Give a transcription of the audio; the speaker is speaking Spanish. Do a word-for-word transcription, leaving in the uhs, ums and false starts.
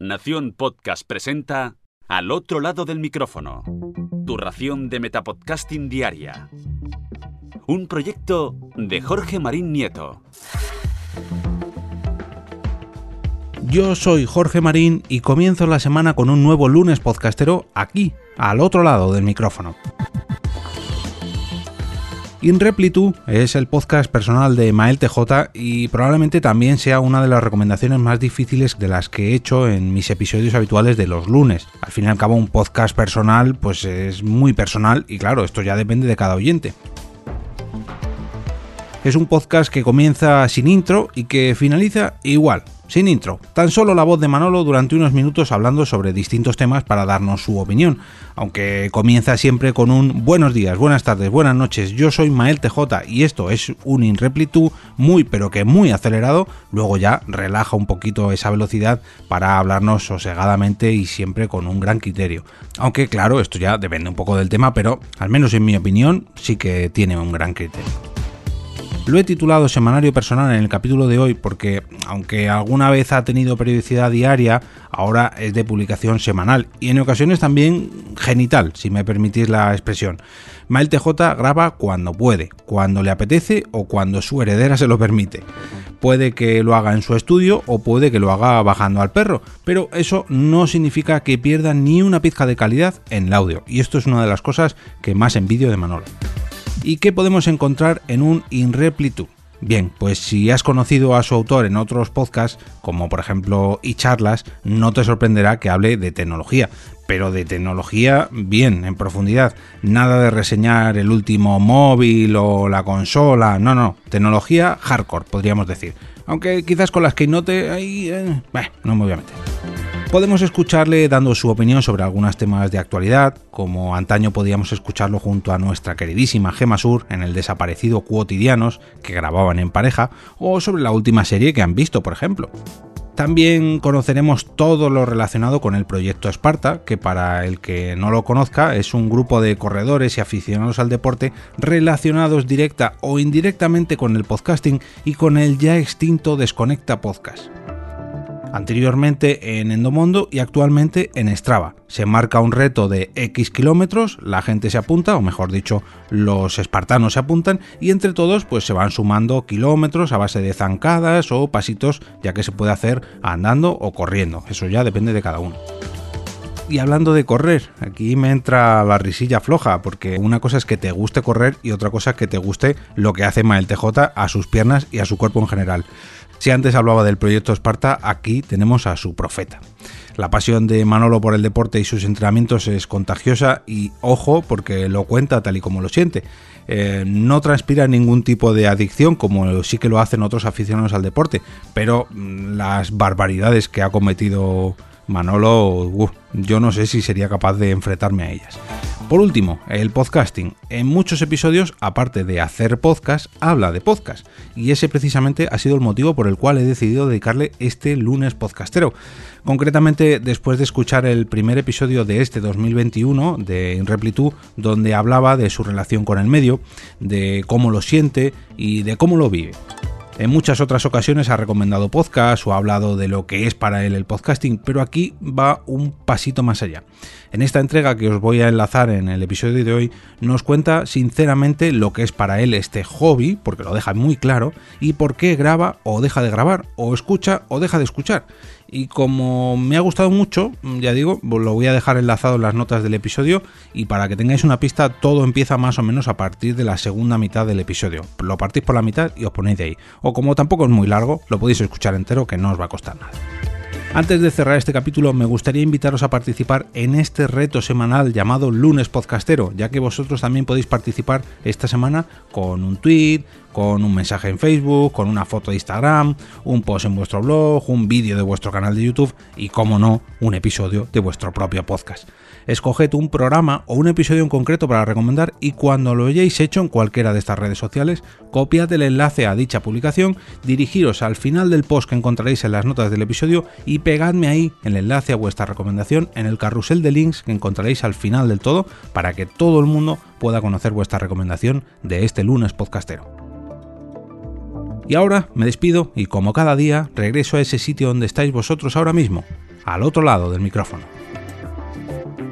Nación Podcast presenta Al otro lado del micrófono, tu ración de metapodcasting diaria. Un proyecto de Jorge Marín Nieto. Yo soy Jorge Marín y comienzo la semana con un nuevo lunes podcastero aquí, al otro lado del micrófono. InRepliTu es el podcast personal de Mael T J y probablemente también sea una de las recomendaciones más difíciles de las que he hecho en mis episodios habituales de los lunes. Al fin y al cabo, un podcast personal pues es muy personal y claro, esto ya depende de cada oyente. Es un podcast que comienza sin intro y que finaliza igual, sin intro. Tan solo la voz de Manolo durante unos minutos hablando sobre distintos temas para darnos su opinión, aunque comienza siempre con un buenos días, buenas tardes, buenas noches, yo soy Mael T J y esto es un InRepliTu muy pero que muy acelerado, luego ya relaja un poquito esa velocidad para hablarnos sosegadamente y siempre con un gran criterio. Aunque claro, esto ya depende un poco del tema, pero al menos en mi opinión sí que tiene un gran criterio. Lo he titulado Semanario Personal en el capítulo de hoy porque, aunque alguna vez ha tenido periodicidad diaria, ahora es de publicación semanal y en ocasiones también genital, si me permitís la expresión. Mael T J graba cuando puede, cuando le apetece o cuando su heredera se lo permite. Puede que lo haga en su estudio o puede que lo haga bajando al perro, pero eso no significa que pierda ni una pizca de calidad en el audio, y esto es una de las cosas que más envidio de Manolo. ¿Y qué podemos encontrar en un InRepliTu? Bien, pues si has conocido a su autor en otros podcasts, como por ejemplo iCharlas, no te sorprenderá que hable de tecnología, pero de tecnología bien, en profundidad. Nada de reseñar el último móvil o la consola, no, no, tecnología hardcore, podríamos decir. Aunque quizás con las Keynote ahí, eh, bah, no me voy a meter. Podemos escucharle dando su opinión sobre algunos temas de actualidad, como antaño podíamos escucharlo junto a nuestra queridísima Gema Sur en el desaparecido Quotidianos, que grababan en pareja, o sobre la última serie que han visto, por ejemplo. También conoceremos todo lo relacionado con el proyecto Esparta, que para el que no lo conozca es un grupo de corredores y aficionados al deporte relacionados directa o indirectamente con el podcasting y con el ya extinto Desconecta Podcast. Anteriormente en Endomondo y actualmente en Strava. Se marca un reto de X kilómetros, la gente se apunta, o mejor dicho, los espartanos se apuntan, y entre todos pues se van sumando kilómetros a base de zancadas o pasitos, ya que se puede hacer andando o corriendo, eso ya depende de cada uno. Y hablando de correr, aquí me entra la risilla floja, porque una cosa es que te guste correr y otra cosa es que te guste lo que hace Mael T J a sus piernas y a su cuerpo en general. Si antes hablaba del proyecto Esparta, aquí tenemos a su profeta. La pasión de Manolo por el deporte y sus entrenamientos es contagiosa y, ojo, porque lo cuenta tal y como lo siente. Eh, no transpira ningún tipo de adicción, como sí que lo hacen otros aficionados al deporte, pero mmm, las barbaridades que ha cometido Manolo, uh, yo no sé si sería capaz de enfrentarme a ellas. Por último, el podcasting. En muchos episodios, aparte de hacer podcast, habla de podcast. Y ese precisamente ha sido el motivo por el cual he decidido dedicarle este lunes podcastero. Concretamente, después de escuchar el primer episodio de este dos mil veintiuno de InRepliTu, donde hablaba de su relación con el medio, de cómo lo siente y de cómo lo vive. En muchas otras ocasiones ha recomendado podcast o ha hablado de lo que es para él el podcasting, pero aquí va un pasito más allá. En esta entrega que os voy a enlazar en el episodio de hoy, nos cuenta sinceramente lo que es para él este hobby, porque lo deja muy claro, y por qué graba o deja de grabar, o escucha o deja de escuchar. Y como me ha gustado mucho, ya digo, lo voy a dejar enlazado en las notas del episodio y para que tengáis una pista, todo empieza más o menos a partir de la segunda mitad del episodio. Lo partís por la mitad y os ponéis de ahí. O como tampoco es muy largo, lo podéis escuchar entero que no os va a costar nada. Antes de cerrar este capítulo, me gustaría invitaros a participar en este reto semanal llamado Lunes Podcastero, ya que vosotros también podéis participar esta semana con un tweet, con un mensaje en Facebook, con una foto de Instagram, un post en vuestro blog, un vídeo de vuestro canal de YouTube y, como no, un episodio de vuestro propio podcast. Escoged un programa o un episodio en concreto para recomendar y cuando lo hayáis hecho en cualquiera de estas redes sociales, copiad el enlace a dicha publicación, dirigiros al final del post que encontraréis en las notas del episodio y pegadme ahí el enlace a vuestra recomendación en el carrusel de links que encontraréis al final del todo para que todo el mundo pueda conocer vuestra recomendación de este lunes podcastero. Y ahora me despido y como cada día regreso a ese sitio donde estáis vosotros ahora mismo, al otro lado del micrófono.